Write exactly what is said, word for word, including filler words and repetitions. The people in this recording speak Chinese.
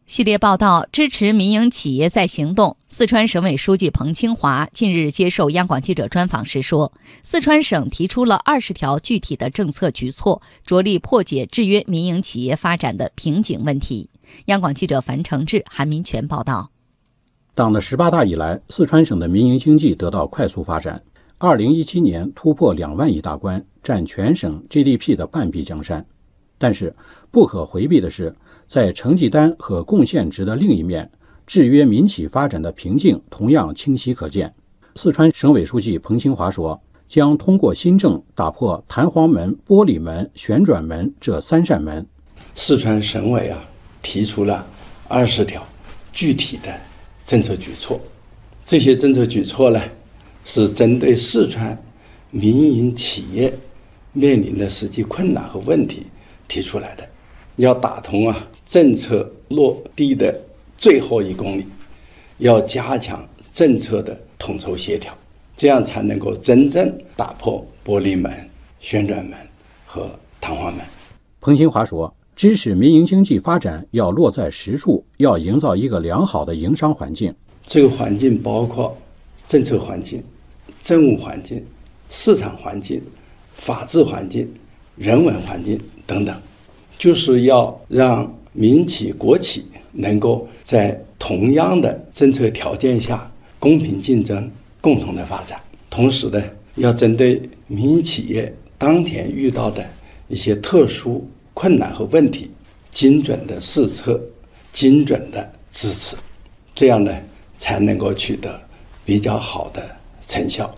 系列报道支持民营企业在行动。四川省委书记彭清华近日接受央广记者专访时说，四川省提出了二十条具体的政策举措，着力破解制约民营企业发展的瓶颈问题。央广记者樊承志、韩民全报道。 党的十八大以来，四川省的民营经济得到快速发展，二零一七年突破两万亿大关，占全省 G D P 的半壁江山。但是不可回避的是，在成绩单和贡献值的另一面，制约民企发展的瓶颈同样清晰可见。四川省委书记彭清华说，将通过新政打破弹簧门、玻璃门、旋转门这三扇门。 四川省委啊提出了二十条具体的政策举措，这些政策举措呢是针对四川民营企业面临的实际困难和问题提出来的，要打通啊政策落地的最后一公里，要加强政策的统筹协调，这样才能够真正打破玻璃门、旋转门和弹簧门。 彭清华说，支持民营经济发展要落在实处，要营造一个良好的营商环境。 这个环境包括政策环境、政务环境、市场环境、法治环境、人文环境等等，就是要让民企、国企能够在同样的政策条件下公平竞争、共同的发展。同时呢，要针对民营企业当前遇到的一些特殊困难和问题，精准的施策、精准的支持，这样呢才能够取得比较好的成效。